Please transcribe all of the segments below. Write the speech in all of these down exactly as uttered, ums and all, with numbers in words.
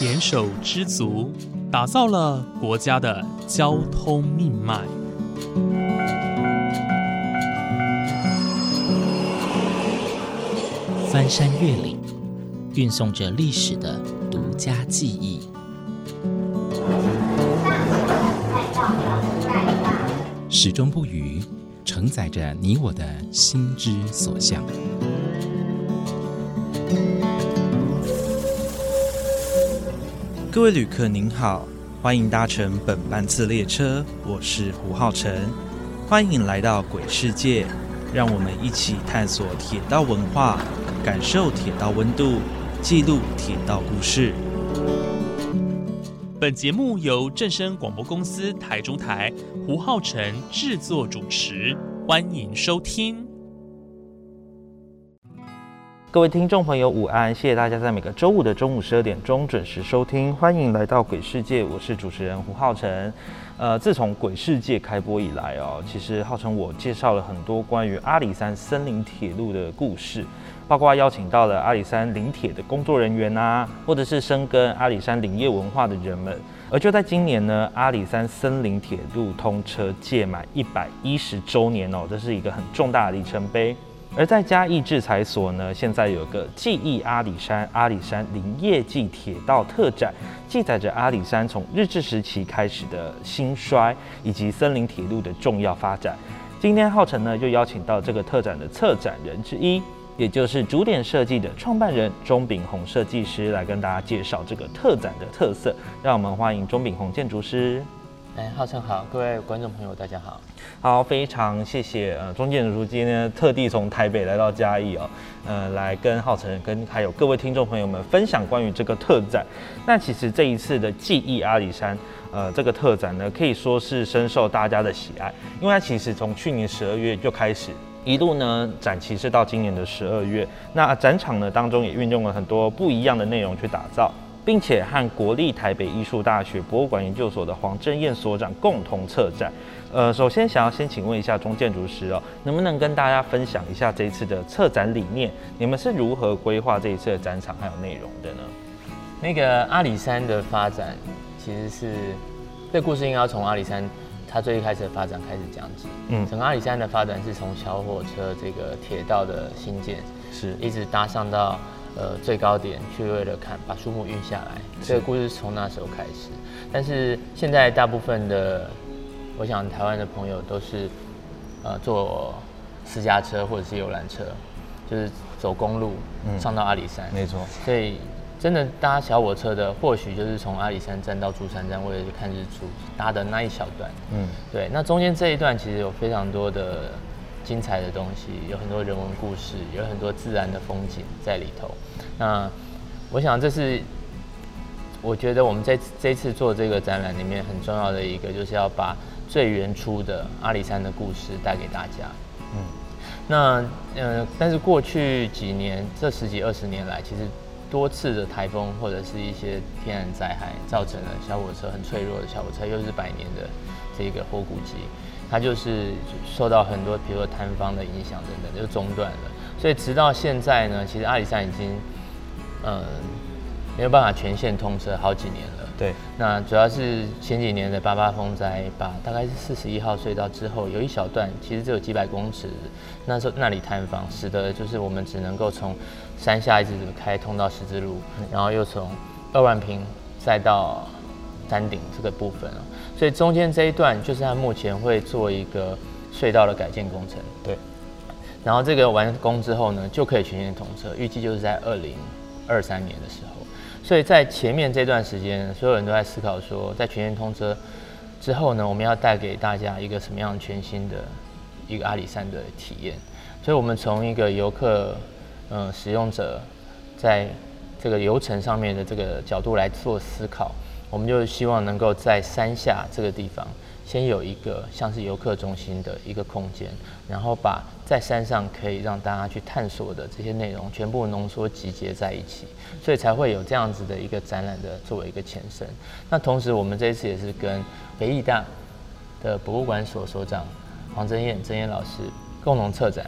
联手知足，打造了国家的交通命脉。 翻山越岭，运送着历史的独家记忆。始终不渝，承载着你我的心之所向。 各位旅客您好，欢迎搭乘本班次列车，我是胡浩辰，欢迎来到轨世界，让我们一起探索铁道文化，感受铁道温度，记录铁道故事。 本节目由正声广播公司台中台胡浩辰制作主持，欢迎收听。 各位听众朋友午安，谢谢大家在每个周五的中午十二点钟准时收听，欢迎来到轨世界，我是主持人胡浩辰。呃，自从轨世界开播以来哦，其实浩辰我介绍了很多关于阿里山森林铁路的故事，包括邀请到了阿里山林铁的工作人员啊，或者是深耕阿里山林业文化的人们。而就在今年呢，阿里山森林铁路通车届满一百一十周年哦，这是一个很重大的里程碑。而在嘉义制裁所呢，现在有个记忆阿里山阿里山林业暨铁道特展，记载着阿里山从日治时期开始的兴衰，以及森林铁路的重要发展。今天浩辰呢，就邀请到这个特展的策展人之一，也就是主点设计的创办人钟炳宏设计师，来跟大家介绍这个特展的特色。让我们欢迎钟炳宏建筑师。 哎，浩辰好，各位观众朋友大家好。 好，非常谢谢呃钟建筑今天特地从台北来到嘉义哦，呃来跟浩辰跟还有各位听众朋友们分享关于这个特展。那其实这一次的记忆阿里山呃这个特展呢，可以说是深受大家的喜爱，因为它其实从去年十二月就开始。一路呢展期是到今年的十二月，那展场呢当中也运用了很多不一样的内容去打造，并且和国立台北艺术大学博物馆研究所的黄正彦所长共同策展。呃，首先想要先请问一下钟建筑师哦，能不能跟大家分享一下这一次的策展理念？你们是如何规划这一次的展场还有内容的呢？ 那个阿里山的发展，其实是这故事应该要从阿里山它最一开始的发展开始讲起。嗯，整个阿里山的发展是从小火车这个铁道的兴建，是一直搭上到呃最高点去为了看把树木运下来。这个故事是从那时候开始，但是现在大部分的，我想台湾的朋友都是呃坐私家车或者是游览车，就是走公路、嗯、上到阿里山。 没错， 所以真的搭小火车的，或许就是从阿里山站到竹山站，为了去看日出搭的那一小段。嗯，对。那中间这一段其实有非常多的精彩的东西，有很多人文故事，有很多自然的风景在里头。那我想这是我觉得我们这这次做这个展览里面很重要的一个，就是要把最原初的阿里山的故事带给大家。嗯，那呃，但是过去几年，这十几二十年来，其实多次的台风或者是一些天然灾害，造成了小火车很脆弱的小火车，又是百年的这个火古迹，它就是受到很多，比如说坍方的影响等等，就中断了。所以直到现在呢，其实阿里山已经嗯没有办法全线通车好几年了。对，那主要是前几年的八八风灾，把大概是四十一号隧道之后有一小段，其实只有几百公尺，那时候那里坍方，使得就是我们只能够从山下一直开通到十字路，然后又从二万坪再到山顶这个部分哦，所以中间这一段就是它目前会做一个隧道的改建工程。对，然后这个完工之后呢，就可以全线通车，预计就是在二零二三年的时候。所以在前面这段时间，所有人都在思考说，在全线通车之后呢，我们要带给大家一个什么样全新的一个阿里山的体验。所以我们从一个游客、呃、使用者在这个游程上面的这个角度来做思考，我们就希望能够在山下这个地方先有一个像是游客中心的一个空间，然后把在山上可以让大家去探索的这些内容全部浓缩集结在一起，所以才会有这样子的一个展览的作为一个前身。那同时我们这一次也是跟北艺大的博物馆所所长黄正彦正彦老师共同策展。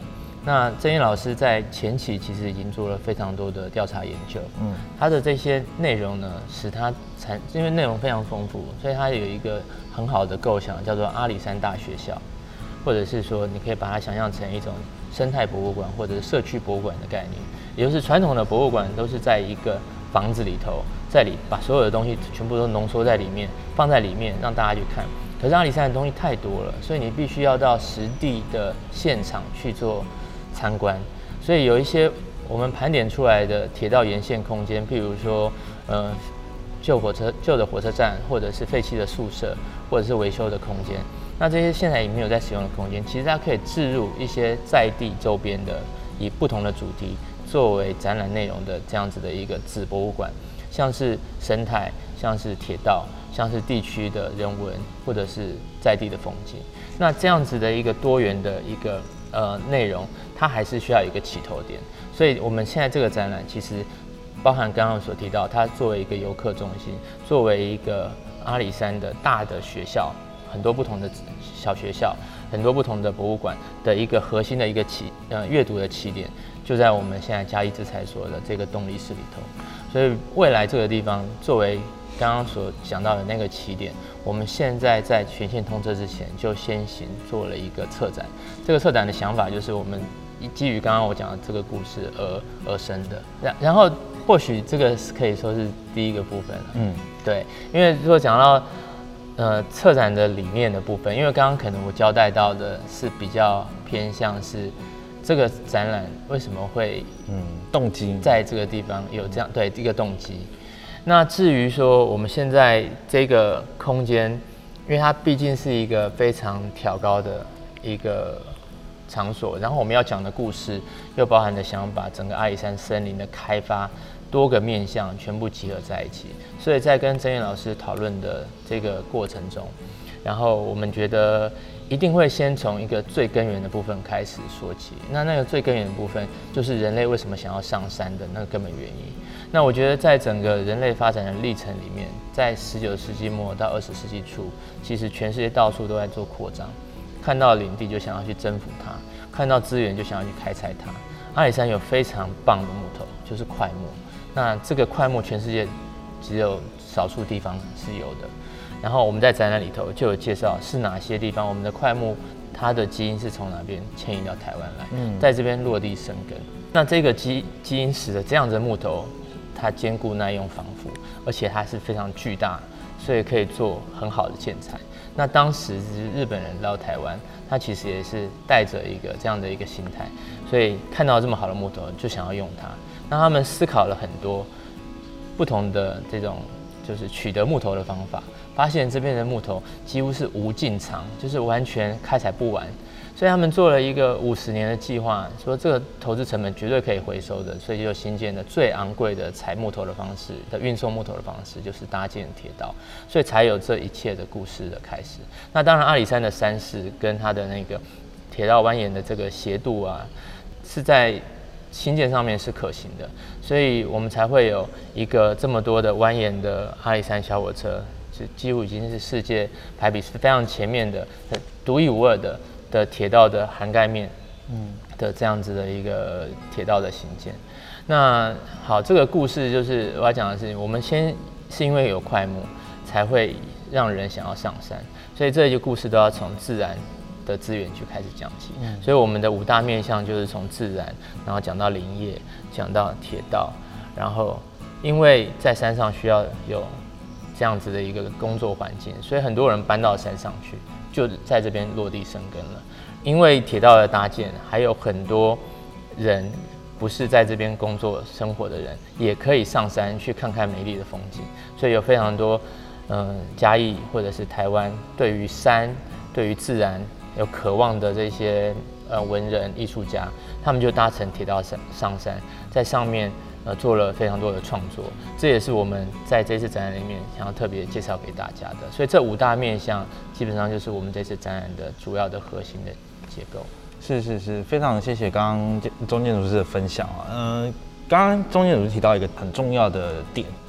那曾燕老师在前期其实已经做了非常多的调查研究，嗯，他的这些内容呢，使他产因为内容非常丰富，所以他有一个很好的构想，叫做阿里山大学校，或者是说你可以把它想象成一种生态博物馆或者是社区博物馆的概念，也就是传统的博物馆都是在一个房子里头，在里把所有的东西全部都浓缩在里面，放在里面让大家去看。可是阿里山的东西太多了，所以你必须要到实地的现场去做参观，所以有一些我们盘点出来的铁道沿线空间，譬如说，呃，旧火车、旧的火车站，或者是废弃的宿舍，或者是维修的空间。那这些现在已没有在使用的空间，其实它可以置入一些在地周边的，以不同的主题作为展览内容的这样子的一个子博物馆，像是生态，像是铁道，像是地区的人文，或者是在地的风景。那这样子的一个多元的一个呃内容，它还是需要一个起头点。所以我们现在这个展览其实包含刚刚所提到，它作为一个游客中心，作为一个阿里山的大的学校，很多不同的小学校，很多不同的博物馆的一个核心的一个起呃阅读的起点，就在我们现在嘉义制裁所的这个动力室里头。所以未来这个地方作为刚刚所讲到的那个起点，我们现在在全线通车之前就先行做了一个策展。这个策展的想法就是我们基于刚刚我讲的这个故事而而生的。然然后或许这个可以说是第一个部分了。嗯，对，因为如果讲到呃策展的理念的部分，因为刚刚可能我交代到的是比较偏向是这个展览为什么会嗯动机在这个地方有这样对一个动机。那至于说我们现在这个空间，因为它毕竟是一个非常挑高的一个场所，然后我们要讲的故事又包含着想把整个阿里山森林的开发多个面向全部集合在一起，所以在跟曾燕老师讨论的这个过程中，然后我们觉得一定会先从一个最根源的部分开始说起。那那个最根源的部分就是人类为什么想要上山的那个根本原因。那我觉得在整个人类发展的历程里面，在十九世纪末到二十世纪初，其实全世界到处都在做扩张，看到领地就想要去征服它，看到资源就想要去开采它。阿里山有非常棒的木头，就是块木。那这个块木全世界只有少数地方是有的。然后我们在展览里头就有介绍是哪些地方我们的块木它的基因是从哪边迁移到台湾来，嗯、在这边落地生根。那这个基基因使得这样子的木头，它坚固耐用防腐，而且它是非常巨大，所以可以做很好的建材。那当时日本人到台湾，他其实也是带着一个这样的一个心态，所以看到这么好的木头就想要用它。那他们思考了很多不同的这种就是取得木头的方法，发现这边的木头几乎是无尽藏，就是完全开采不完。所以他们做了一个五十年的计划，说这个投资成本绝对可以回收的，所以就新建了最昂贵的采木头的方式的运送木头的方式，就是搭建铁道，所以才有这一切的故事的开始。那当然，阿里山的山势跟它的那个铁道蜿蜒的这个斜度啊，是在新建上面是可行的，所以我们才会有一个这么多的蜿蜒的阿里山小火车，是几乎已经是世界排比是非常前面的、独一无二的。的铁道的涵盖面，嗯，的这样子的一个铁道的兴建。那好，这个故事就是我要讲的是，我们先是因为有块木，才会让人想要上山，所以这些故事都要从自然的资源去开始讲起。嗯、所以我们的五大面向就是从自然，然后讲到林业，讲到铁道，然后因为在山上需要有这样子的一个工作环境，所以很多人搬到山上去。就在这边落地生根了，因为铁道的搭建，还有很多人不是在这边工作生活的人，也可以上山去看看美丽的风景。所以有非常多，嗯、呃，嘉义或者是台湾对于山、对于自然有渴望的这些呃文人艺术家，他们就搭乘铁道上上山，在上面。呃，做了非常多的创作，这也是我们在这次展览里面想要特别介绍给大家的。所以这五大面向基本上就是我们这次展览的主要的核心的结构。 是是是，非常谢谢刚刚钟建筑师的分享啊。嗯、呃，刚刚钟建筑师提到一个很重要的点，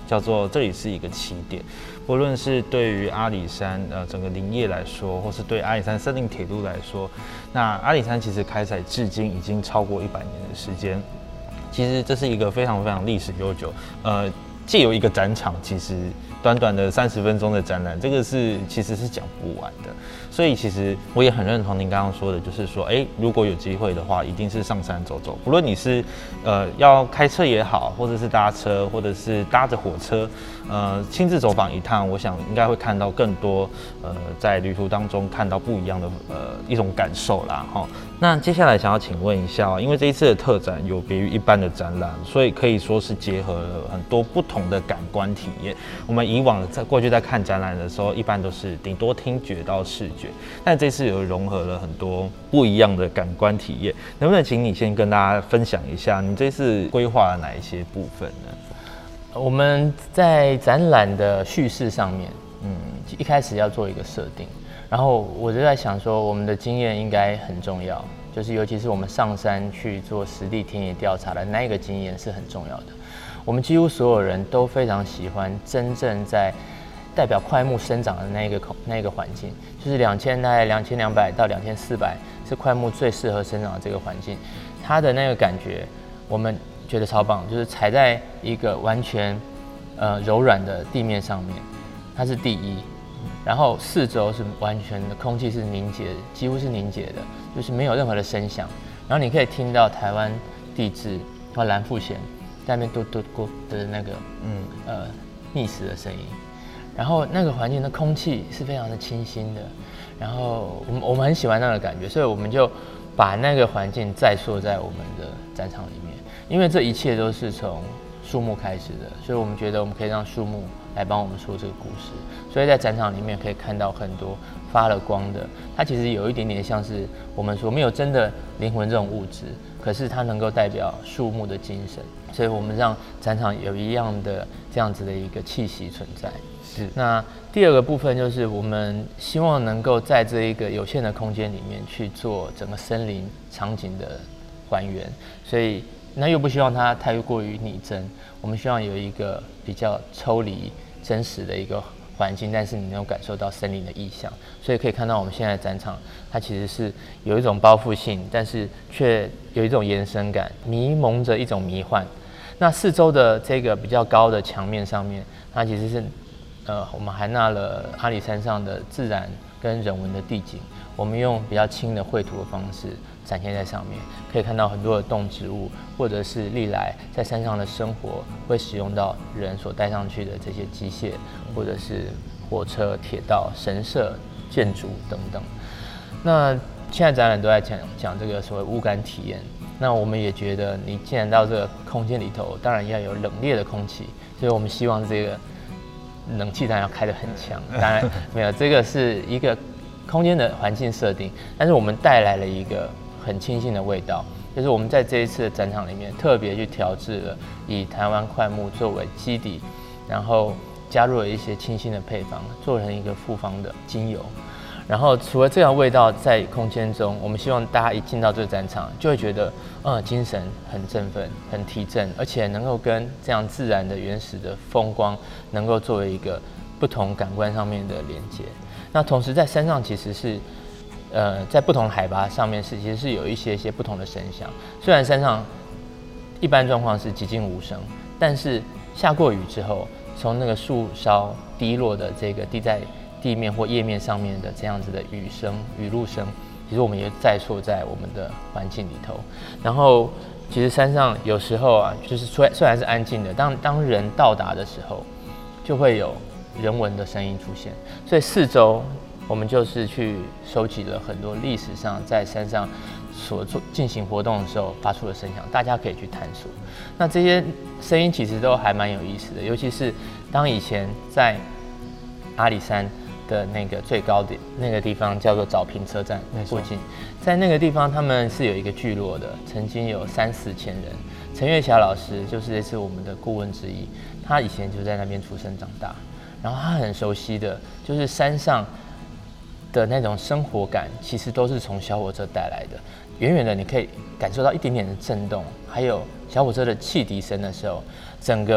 叫做这里是一个起点。不论是对于阿里山呃整个林业来说，或是对阿里山森林铁路来说，那阿里山其实开采至今已经超过一百年的时间。其实这是一个非常非常历史悠久，呃，借由一个展场，其实短短的三十分钟的展览，这个是其实是讲不完的。所以其实我也很认同您刚刚说的，就是说，哎，如果有机会的话，一定是上山走走。不论你是呃要开车也好，或者是搭车，或者是搭着火车，呃，亲自走访一趟，我想应该会看到更多呃在旅途当中看到不一样的呃一种感受啦，哈。那接下来想要请问一下，因为这一次的特展有别于一般的展览，所以可以说是结合了很多不同的感官体验。我们以往在过去在看展览的时候，一般都是顶多听觉到视觉，但这次有融合了很多不一样的感官体验。能不能请你先跟大家分享一下，你这次规划了哪一些部分呢？ 我们在展览的叙事上面，嗯，一开始要做一个设定。然后我就在想说，我们的经验应该很重要，就是尤其是我们上山去做实地田野调查的那一个经验是很重要的。我们几乎所有人都非常喜欢真正在代表檜木生长的那一个那一个环境，就是两千大概两千两百到两千四百是檜木最适合生长的这个环境，它的那个感觉我们觉得超棒，就是踩在一个完全呃柔软的地面上面，它是第一。然后四周是完全的空气是凝结，几乎是凝结的，就是没有任何的声响。然后你可以听到台湾地质和蓝腹鹇在那边嘟嘟咕的那个嗯呃觅食的声音。然后那个环境的空气是非常的清新的。然后我们我们很喜欢那个感觉，所以我们就把那个环境再塑在我们的展场里面。因为这一切都是从树木开始的，所以我们觉得我们可以让树木来帮我们说这个故事。所以在展场里面可以看到很多发了光的，它其实有一点点像是我们说没有真的灵魂这种物质，可是它能够代表树木的精神，所以我们让展场有一样的这样子的一个气息存在。是。那第二个部分就是我们希望能够在这一个有限的空间里面去做整个森林场景的还原，所以那又不希望它太过于拟真，我们希望有一个比较抽离真实的一个环境，但是你能够感受到森林的意象，所以可以看到我们现在的展场，它其实是有一种包覆性，但是却有一种延伸感，迷蒙着一种迷幻。那四周的这个比较高的墙面上面，它其实是呃我们含纳了阿里山上的自然跟人文的地景，我们用比较轻的绘图的方式展现在上面，可以看到很多的动植物，或者是历来在山上的生活会使用到人所带上去的这些机械，或者是火车、铁道、神社、建筑等等。那现在展览都在讲讲这个所谓无感体验，那我们也觉得你既然到这个空间里头，当然要有冷冽的空气，所以我们希望这个冷气当然要开得很强，当然没有，这个是一个空间的环境设定，但是我们带来了一个很清新的味道，就是我们在这一次的展场里面特别去调制了以台湾檜木作为基底，然后加入了一些清新的配方，做成一个复方的精油。然后除了这样味道在空间中，我们希望大家一进到这个展场就会觉得，嗯，精神很振奋、很提振，而且能够跟这样自然的原始的风光能够作为一个不同感官上面的连接。那同时在山上其实是。呃，在不同海拔上面是其实是有一些些不同的声响。虽然山上一般状况是寂静无声，但是下过雨之后，从那个树梢滴落的这个滴在地面或叶面上面的这样子的雨声、雨露声，其实我们也在错在我们的环境里头。然后，其实山上有时候啊，就是虽虽然是安静的，当当人到达的时候，就会有人文的声音出现，所以四周。我们就是去收集了很多历史上在山上所做进行活动的时候发出的声响，大家可以去探索。那这些声音其实都还蛮有意思的，尤其是当以前在阿里山的那个最高的那个地方叫做早平车站附近，在那个地方他们是有一个聚落的，曾经有三四千人。陈月霞老师就是这次我们的顾问之一，他以前就在那边出生长大，然后他很熟悉的就是山上。的那种生活感，其实都是从小火车带来的。远远的你可以感受到一点点的震动，还有小火车的汽笛声的时候，整个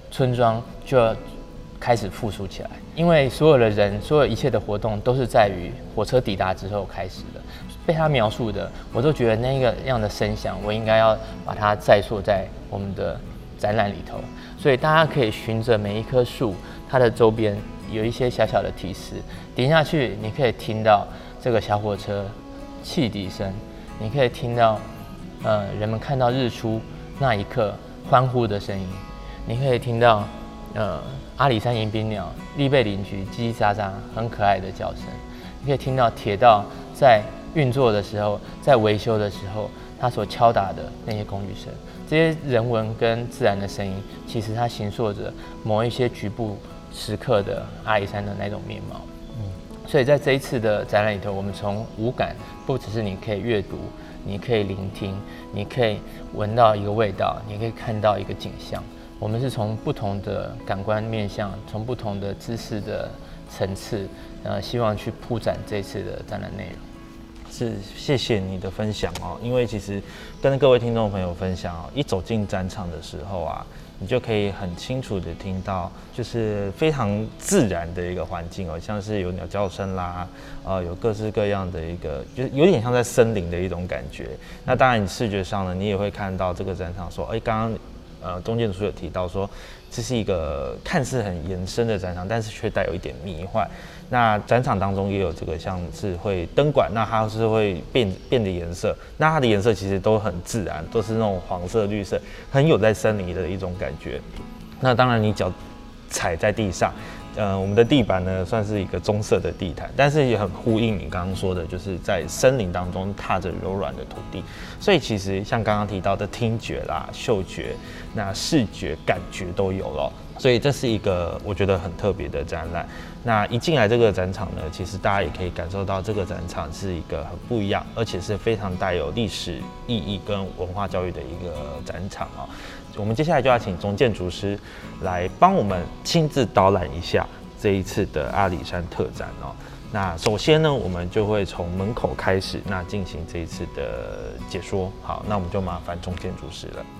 村庄就要开始复苏起来，因为所有的人，所有一切的活动都是在于火车抵达之后开始的。被他描述的，我都觉得那个样的声响，我应该要把它再塑在我们的展览里头。所以大家可以循着每一棵树，它的周边有一些小小的提示，点下去，你可以听到这个小火车汽笛声，你可以听到呃人们看到日出那一刻欢呼的声音，你可以听到呃阿里山迎宾鸟、栗背邻居叽叽喳喳很可爱的叫声，你可以听到铁道在运作的时候，在维修的时候，它所敲打的那些工具声，这些人文跟自然的声音，其实它形塑着某一些局部时刻的阿里山的那种面貌。嗯，所以在这一次的展览里头，我们从五感，不只是你可以阅读，你可以聆听，你可以闻到一个味道，你可以看到一个景象。我们是从不同的感官面向，从不同的知识的层次，呃，希望去铺展这次的展览内容。 是，谢谢你的分享哦。因为其实跟各位听众朋友分享哦，一走进展场的时候啊，你就可以很清楚的听到，就是非常自然的一个环境哦，像是有鸟叫声啦，呃，有各式各样的一个，就是有点像在森林的一种感觉。那当然，你视觉上呢，你也会看到这个展场说，哎，刚刚呃钟建筑有提到说，这是一个看似很延伸的展场，但是却带有一点迷幻。那展场当中也有这个像是会灯管，那它是会变变的颜色，那它的颜色其实都很自然，都是那种黄色、绿色，很有在森林的一种感觉。那当然你脚踩在地上，呃，我们的地板呢算是一个棕色的地毯，但是也很呼应你刚刚说的，就是在森林当中踏着柔软的土地。所以其实像刚刚提到的听觉啦、嗅觉、那视觉、感觉都有了。所以这是一个我觉得很特别的展览。那一进来这个展场呢，其实大家也可以感受到这个展场是一个很不一样，而且是非常带有历史意义跟文化教育的一个展场啊。我们接下来就要请钟建筑师来帮我们亲自导览一下这一次的阿里山特展哦。那首先呢，我们就会从门口开始，那进行这一次的解说。好，那我们就麻烦钟建筑师了。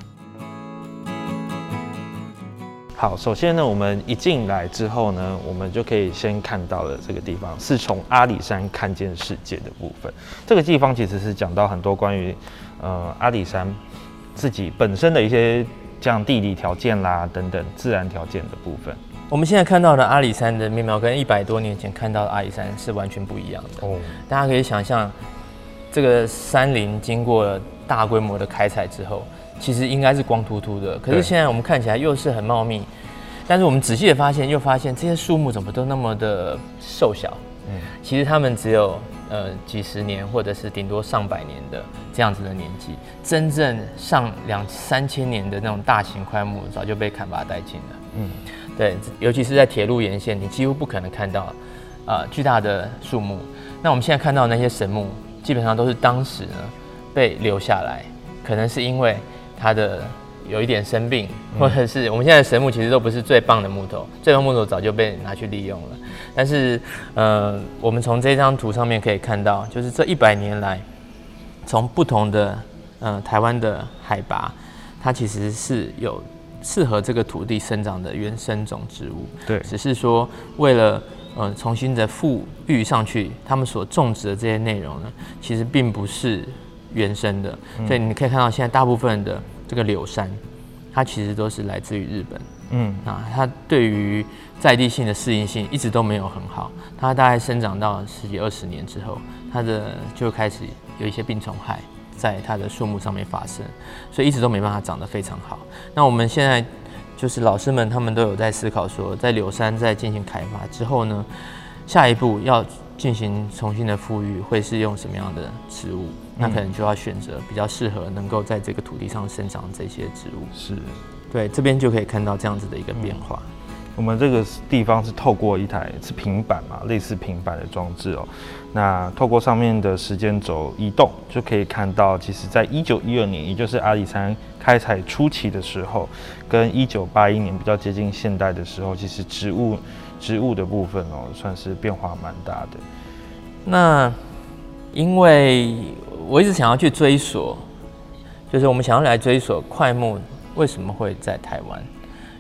好，首先呢，我们一进来之后呢，我们就可以先看到的这个地方是从阿里山看见世界的部分。这个地方其实是讲到很多关于呃阿里山自己本身的一些这样地理条件啦等等自然条件的部分。 我们现在看到的阿里山的面貌跟一百多年前看到的阿里山是完全不一样的。哦，大家可以想象，这个山林经过了大规模的开采之后，其实应该是光秃秃的，可是现在我们看起来又是很茂密，但是我们仔细的发现，又发现这些树木怎么都那么的瘦小。嗯，其实它们只有呃几十年，或者是顶多上百年的这样子的年纪，真正上两三千年的那种大型块木早就被砍伐殆尽了。嗯，对，尤其是在铁路沿线，你几乎不可能看到啊、呃、巨大的树木。那我们现在看到的那些神木，基本上都是当时呢被留下来，可能是因为它的有一点生病，或者是我们现在的神木其实都不是最棒的木头，最棒木头早就被拿去利用了。但是，呃，我们从这张图上面可以看到，就是这一百年来，从不同的呃台湾的海拔，它其实是有适合这个土地生长的原生种植物。 对， 只是说为了呃重新的富裕上去，他们所种植的这些内容呢，其实并不是原生的。嗯、所以你可以看到，现在大部分的这个柳杉，它其实都是来自于日本。嗯，啊，它对于在地性的适应性一直都没有很好。它大概生长到十几二十年之后，它的就开始有一些病虫害在它的树木上面发生，所以一直都没办法长得非常好。那我们现在就是老师们他们都有在思考说，在柳杉在进行开发之后呢，下一步要进行重新的复育，会是用什么样的植物？那可能就要选择比较适合能够在这个土地上生长这些植物。 是， 对，这边就可以看到这样子的一个变化。嗯、 我们这个地方是透过一台是平板嘛，类似平板的装置哦。那透过上面的时间轴移动，就可以看到，其实在一九一二年，也就是阿里山开采初期的时候，跟一九八一年比较接近现代的时候，其实植物植物的部分哦，算是变化蛮大的。 那因为我一直想要去追索，就是我们想要来追索块木为什么会在台湾，因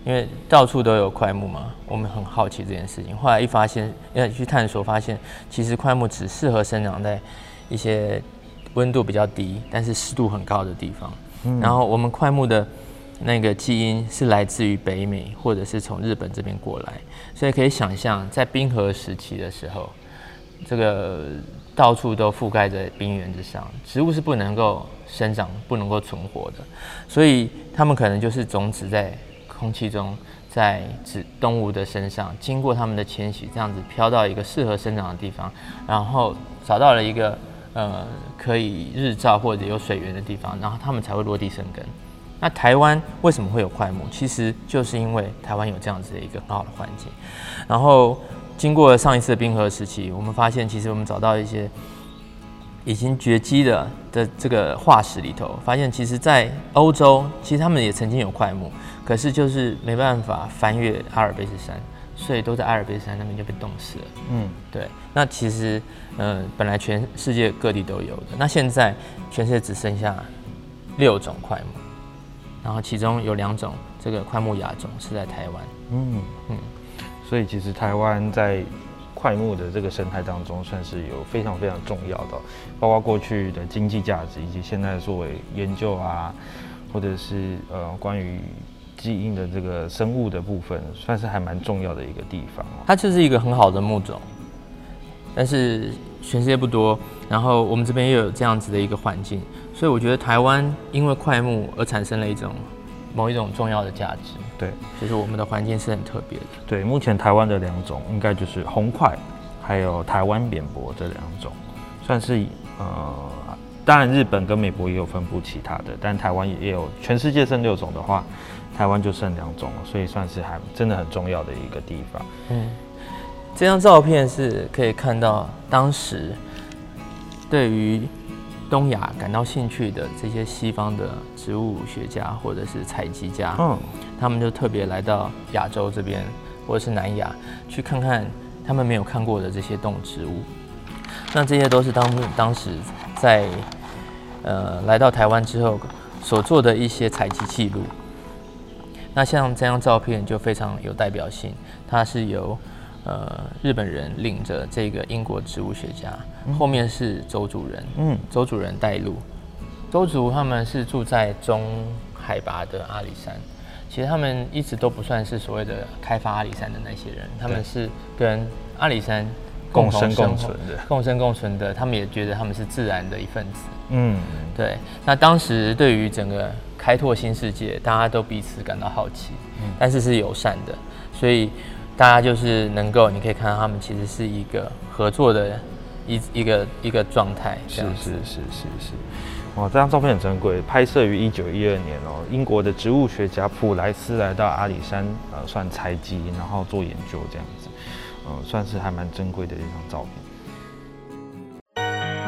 因为到处都有檜木嘛，我们很好奇这件事情。后来一发现，要去探索，发现其实檜木只适合生长在一些温度比较低，但是湿度很高的地方。嗯、然后我们檜木的那个基因是来自于北美，或者是从日本这边过来，所以可以想象，在冰河时期的时候，这个到处都覆盖在冰原之上，植物是不能够生长、不能够存活的，所以它们可能就是种子在空气中，在动物的身上，经过它们的迁徙，这样子飘到一个适合生长的地方，然后找到了一个呃可以日照或者有水源的地方，然后它们才会落地生根。那台湾为什么会有檜木？其实就是因为台湾有这样子的一个很好的环境，然后经过了上一次的冰河时期，我们发现其实我们找到一些已经绝迹的的这个化石里头，发现其实在欧洲，其实他们也曾经有檜木，可是就是没办法翻越阿尔卑斯山，所以都在阿尔卑斯山那边就被冻死了。嗯，对。那其实，呃，本来全世界各地都有的，那现在全世界只剩下六种檜木，然后其中有两种这个檜木亚种是在台湾。嗯嗯，所以其实台湾在檜木的这个生态当中，算是有非常非常重要的，包括过去的经济价值，以及现在作为研究啊，或者是呃关于基因的这个生物的部分，算是还蛮重要的一个地方哦。 它就是一个很好的木种，但是全世界不多，然后我们这边又有这样子的一个环境，所以我觉得台湾因为檜木而产生了一种某一种重要的价值。 对， 就是我们的环境是很特别的。 对，目前台湾的两种应该就是红檜，还有台湾扁柏这两种，算是呃，当然日本跟美国也有分布其他的，但台湾也有，全世界剩六种的话，台湾就剩两种了，所以算是还真的很重要的一个地方。 嗯，这张照片是可以看到当时对于东亚感到兴趣的这些西方的植物学家或者是采集家，嗯，他们就特别来到亚洲这边或者是南亚，去看看他们没有看过的这些动植物。那这些都是当当时在呃来到台湾之后所做的一些采集记录。那像这张照片就非常有代表性，它是由呃，日本人领着这个英国植物学家，嗯、后面是周主任，嗯，周主任带路。周族他们是住在中海拔的阿里山，其实他们一直都不算是所谓的开发阿里山的那些人，他们是跟阿里山共生共存的， 共生共存的。他们也觉得他们是自然的一份子， 嗯， 对。那当时对于整个开拓新世界，大家都彼此感到好奇，嗯、但是是友善的，所以。大家就是能够，你可以看到他们其实是一个合作的一一个一个状态。 是是是是是。哇，这张照片很珍贵，拍摄于一九一二年哦。英国的植物学家普莱斯来到阿里山，呃，算采集，然后做研究这样子，呃，算是还蛮珍贵的一张照片。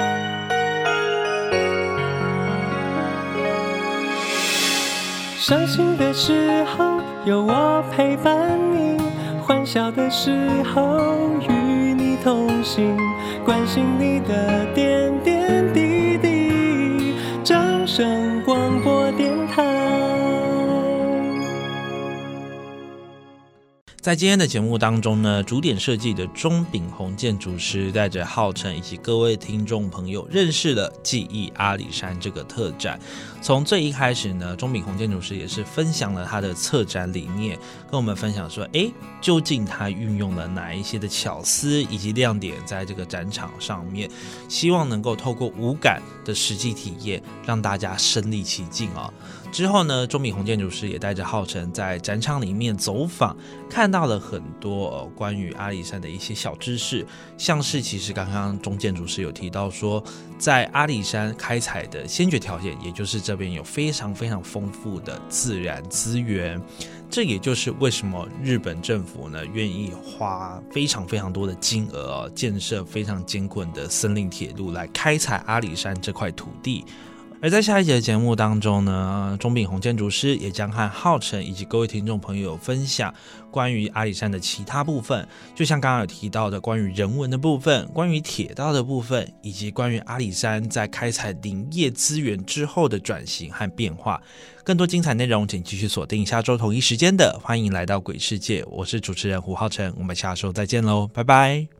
伤心的时候有我陪伴你。欢笑的时候与你同行，关心你的点点滴滴。掌声广播电台。 在今天的节目当中呢，主点设计的钟炳宏建筑师带着浩辰以及各位听众朋友认识了记忆阿里山这个特展。从最一开始呢，钟炳宏建筑师也是分享了他的策展理念，跟我们分享说，哎，究竟他运用了哪一些的巧思以及亮点在这个展场上面，希望能够透过五感的实际体验，让大家身临其境哦。之后呢，钟炳宏建筑师也带着浩辰在展场里面走访，看到了很多、呃、关于阿里山的一些小知识，像是其实刚刚钟建筑师有提到说，在阿里山开采的先决条件，也就是这边有非常非常丰富的自然资源，这也就是为什么日本政府呢愿意花非常非常多的金额、哦、建设非常艰困的森林铁路来开采阿里山这块土地。 而在下一节的节目当中呢，钟炳宏建筑师也将和浩辰以及各位听众朋友分享关于阿里山的其他部分，就像刚刚有提到的关于人文的部分，关于铁道的部分，以及关于阿里山在开采林业资源之后的转型和变化。更多精彩内容请继续锁定下周同一时间的欢迎来到鬼世界，我是主持人胡浩辰，我们下周再见喽，拜拜。